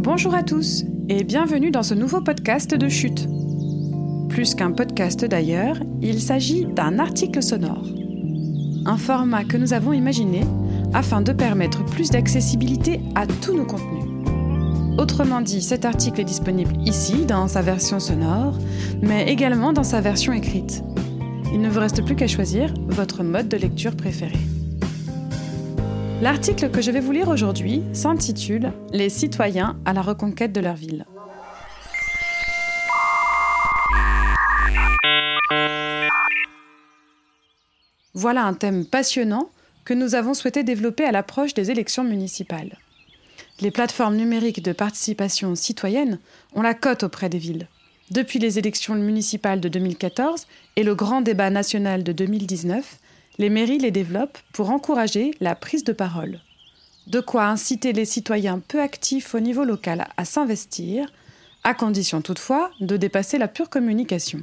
Bonjour à tous et bienvenue dans ce nouveau podcast de Chute. Plus qu'un podcast d'ailleurs, il s'agit d'un article sonore. Un format que nous avons imaginé afin de permettre plus d'accessibilité à tous nos contenus. Autrement dit, cet article est disponible ici, dans sa version sonore, mais également dans sa version écrite. Il ne vous reste plus qu'à choisir votre mode de lecture préféré. L'article que je vais vous lire aujourd'hui s'intitule « Les citoyens à la reconquête de leur ville ». Voilà un thème passionnant que nous avons souhaité développer à l'approche des élections municipales. Les plateformes numériques de participation citoyenne ont la cote auprès des villes. Depuis les élections municipales de 2014 et le grand débat national de 2019, les mairies les développent pour encourager la prise de parole. De quoi inciter les citoyens peu actifs au niveau local à s'investir, à condition toutefois de dépasser la pure communication.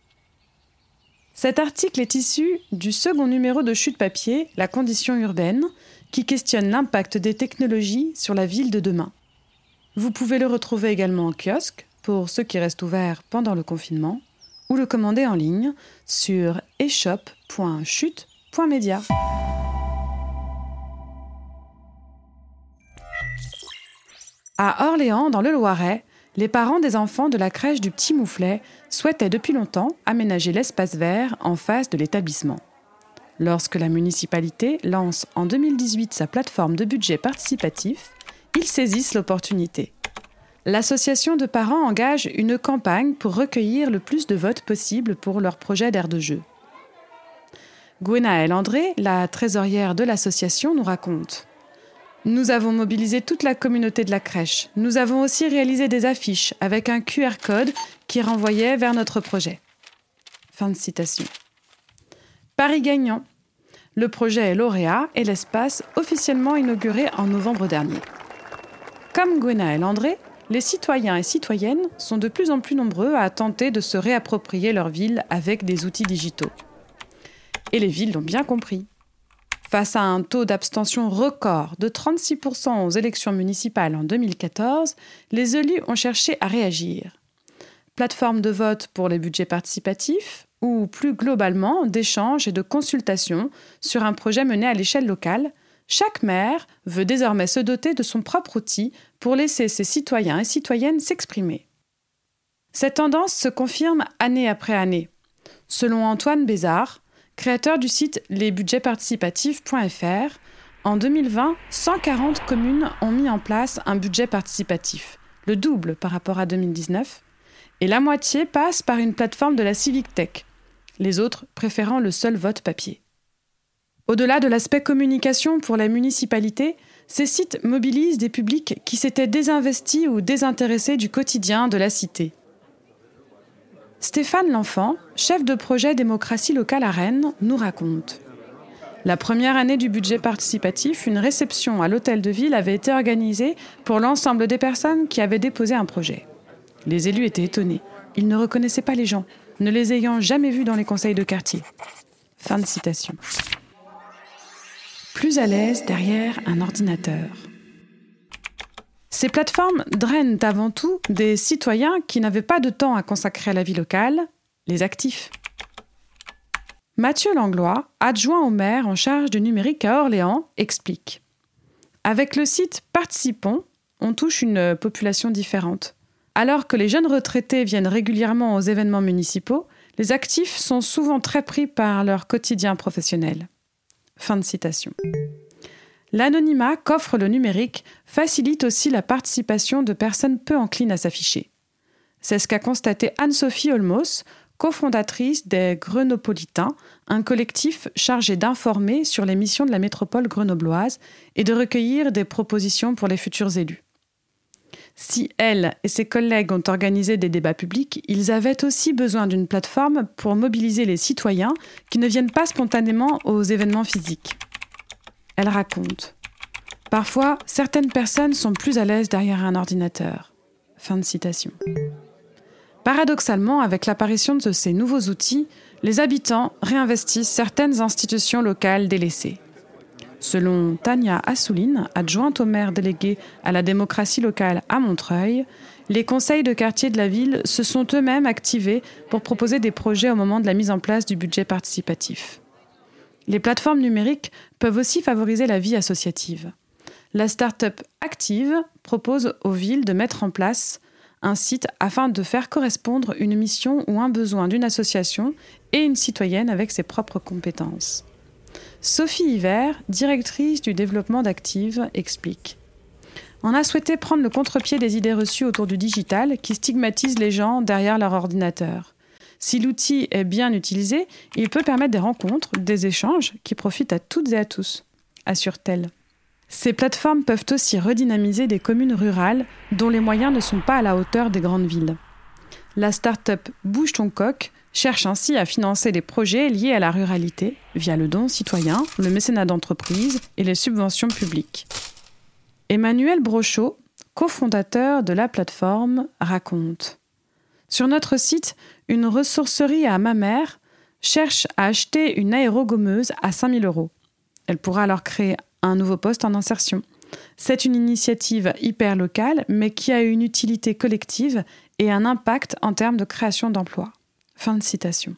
Cet article est issu du second numéro de Chute Papier, La condition urbaine, qui questionne l'impact des technologies sur la ville de demain. Vous pouvez le retrouver également en kiosque, pour ceux qui restent ouverts pendant le confinement, ou le commander en ligne sur eshop.chute.media. À Orléans, dans le Loiret, les parents des enfants de la crèche du Petit Mouflet souhaitaient depuis longtemps aménager l'espace vert en face de l'établissement. Lorsque la municipalité lance en 2018 sa plateforme de budget participatif, ils saisissent l'opportunité. L'association de parents engage une campagne pour recueillir le plus de votes possible pour leur projet d'aire de jeu. Gwenaëlle André, la trésorière de l'association, nous raconte « Nous avons mobilisé toute la communauté de la crèche. Nous avons aussi réalisé des affiches avec un QR code qui renvoyait vers notre projet. » Fin de citation. Paris gagnant. Le projet est lauréat et l'espace officiellement inauguré en novembre dernier. Comme Gwenaëlle André, les citoyens et citoyennes sont de plus en plus nombreux à tenter de se réapproprier leur ville avec des outils digitaux. Et les villes l'ont bien compris. Face à un taux d'abstention record de 36% aux élections municipales en 2014, les élus ont cherché à réagir. Plateforme de vote pour les budgets participatifs ou plus globalement d'échanges et de consultations sur un projet mené à l'échelle locale, chaque maire veut désormais se doter de son propre outil pour laisser ses citoyens et citoyennes s'exprimer. Cette tendance se confirme année après année. Selon Antoine Bézard, créateur du site lesbudgetsparticipatifs.fr, en 2020, 140 communes ont mis en place un budget participatif, le double par rapport à 2019, et la moitié passe par une plateforme de la Civic Tech, les autres préférant le seul vote papier. Au-delà de l'aspect communication pour la municipalité, ces sites mobilisent des publics qui s'étaient désinvestis ou désintéressés du quotidien de la cité. Stéphane L'Enfant, chef de projet démocratie locale à Rennes, nous raconte. La première année du budget participatif, une réception à l'hôtel de ville avait été organisée pour l'ensemble des personnes qui avaient déposé un projet. Les élus étaient étonnés. Ils ne reconnaissaient pas les gens, ne les ayant jamais vus dans les conseils de quartier. Fin de citation. Plus à l'aise derrière un ordinateur. Ces plateformes drainent avant tout des citoyens qui n'avaient pas de temps à consacrer à la vie locale, les actifs. Mathieu Langlois, adjoint au maire en charge du numérique à Orléans, explique. Avec le site Participons, on touche une population différente. Alors que les jeunes retraités viennent régulièrement aux événements municipaux, les actifs sont souvent très pris par leur quotidien professionnel. Fin de citation. L'anonymat qu'offre le numérique facilite aussi la participation de personnes peu enclines à s'afficher. C'est ce qu'a constaté Anne-Sophie Olmos, cofondatrice des Grenopolitains, un collectif chargé d'informer sur les missions de la métropole grenobloise et de recueillir des propositions pour les futurs élus. Si elle et ses collègues ont organisé des débats publics, ils avaient aussi besoin d'une plateforme pour mobiliser les citoyens qui ne viennent pas spontanément aux événements physiques. Elle raconte. Parfois, certaines personnes sont plus à l'aise derrière un ordinateur. Fin de citation. Paradoxalement, avec l'apparition de ces nouveaux outils, les habitants réinvestissent certaines institutions locales délaissées. Selon Tania Assouline, adjointe au maire délégué à la démocratie locale à Montreuil, les conseils de quartier de la ville se sont eux-mêmes activés pour proposer des projets au moment de la mise en place du budget participatif. Les plateformes numériques peuvent aussi favoriser la vie associative. La start-up Active propose aux villes de mettre en place un site afin de faire correspondre une mission ou un besoin d'une association et une citoyenne avec ses propres compétences. Sophie Hiver, directrice du développement d'Active, explique. On a souhaité prendre le contre-pied des idées reçues autour du digital qui stigmatisent les gens derrière leur ordinateur. Si l'outil est bien utilisé, il peut permettre des rencontres, des échanges qui profitent à toutes et à tous, assure-t-elle. Ces plateformes peuvent aussi redynamiser des communes rurales dont les moyens ne sont pas à la hauteur des grandes villes. La start-up Bouge ton coq cherche ainsi à financer des projets liés à la ruralité via le don citoyen, le mécénat d'entreprise et les subventions publiques. Emmanuel Brochot, cofondateur de la plateforme, raconte « Sur notre site, une ressourcerie à Mamers cherche à acheter une aérogommeuse à 5 000 €. Elle pourra alors créer un nouveau poste en insertion. C'est une initiative hyper locale, mais qui a une utilité collective et un impact en termes de création d'emplois. » Fin de citation.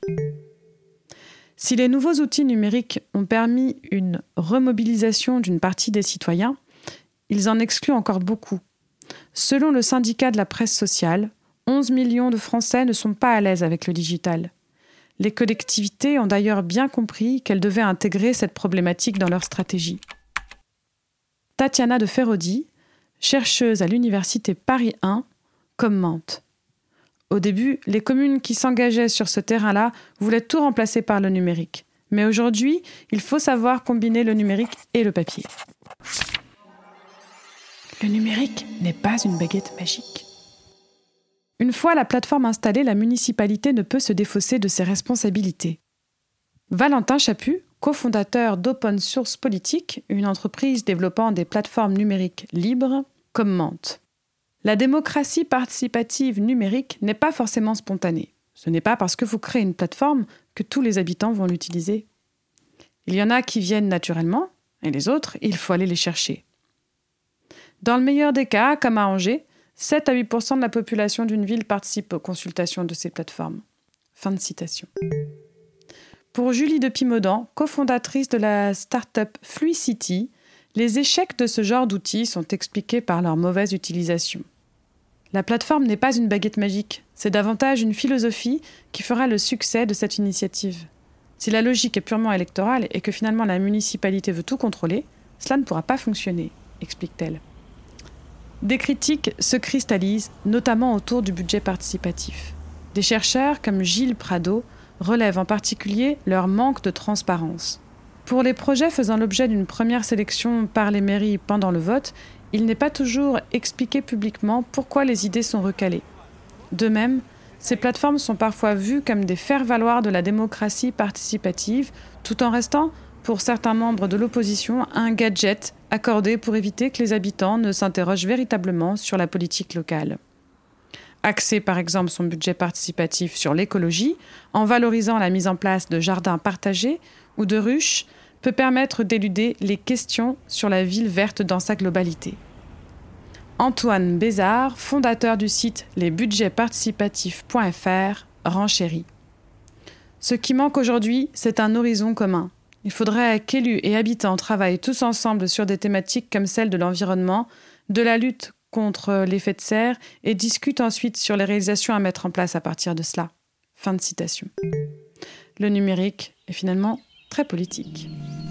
Si les nouveaux outils numériques ont permis une remobilisation d'une partie des citoyens, ils en excluent encore beaucoup. Selon le syndicat de la presse sociale, 11 millions de Français ne sont pas à l'aise avec le digital. Les collectivités ont d'ailleurs bien compris qu'elles devaient intégrer cette problématique dans leur stratégie. Tatiana de Ferrodi, chercheuse à l'université Paris 1, commente. Au début, les communes qui s'engageaient sur ce terrain-là voulaient tout remplacer par le numérique. Mais aujourd'hui, il faut savoir combiner le numérique et le papier. Le numérique n'est pas une baguette magique. Une fois la plateforme installée, la municipalité ne peut se défausser de ses responsabilités. Valentin Chaput, cofondateur d'Open Source Politique, une entreprise développant des plateformes numériques libres, commente. La démocratie participative numérique n'est pas forcément spontanée. Ce n'est pas parce que vous créez une plateforme que tous les habitants vont l'utiliser. Il y en a qui viennent naturellement, et les autres, il faut aller les chercher. Dans le meilleur des cas, comme à Angers, 7 à 8% de la population d'une ville participe aux consultations de ces plateformes. Fin de citation. Pour Julie de Pimodan, cofondatrice de la start-up Fluicity, les échecs de ce genre d'outils sont expliqués par leur mauvaise utilisation. La plateforme n'est pas une baguette magique, c'est davantage une philosophie qui fera le succès de cette initiative. Si la logique est purement électorale et que finalement la municipalité veut tout contrôler, cela ne pourra pas fonctionner, explique-t-elle. Des critiques se cristallisent, notamment autour du budget participatif. Des chercheurs comme Gilles Prado relèvent en particulier leur manque de transparence. Pour les projets faisant l'objet d'une première sélection par les mairies pendant le vote, il n'est pas toujours expliqué publiquement pourquoi les idées sont recalées. De même, ces plateformes sont parfois vues comme des faire-valoir de la démocratie participative, tout en restant, pour certains membres de l'opposition, un gadget accordé pour éviter que les habitants ne s'interrogent véritablement sur la politique locale. Axer par exemple son budget participatif sur l'écologie, en valorisant la mise en place de jardins partagés ou de ruches, peut permettre d'éluder les questions sur la ville verte dans sa globalité. Antoine Bézard, fondateur du site lesbudgetsparticipatifs.fr, renchérit. Ce qui manque aujourd'hui, c'est un horizon commun. Il faudrait qu'élus et habitants travaillent tous ensemble sur des thématiques comme celle de l'environnement, de la lutte contre l'effet de serre et discutent ensuite sur les réalisations à mettre en place à partir de cela. Fin de citation. Le numérique est finalement très politique.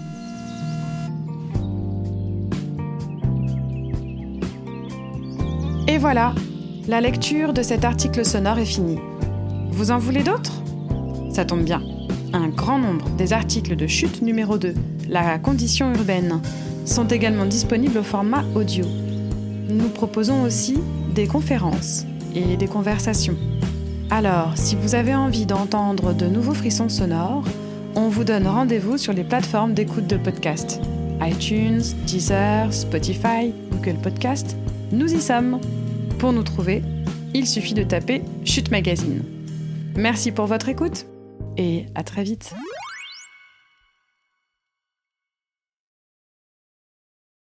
Et voilà, la lecture de cet article sonore est finie. Vous en voulez d'autres ? Ça tombe bien. Un grand nombre des articles de Chute numéro 2, La condition urbaine, sont également disponibles au format audio. Nous proposons aussi des conférences et des conversations. Alors, si vous avez envie d'entendre de nouveaux frissons sonores, on vous donne rendez-vous sur les plateformes d'écoute de podcasts. iTunes, Deezer, Spotify, Google Podcast, nous y sommes. Pour nous trouver, il suffit de taper Chute Magazine. Merci pour votre écoute et à très vite.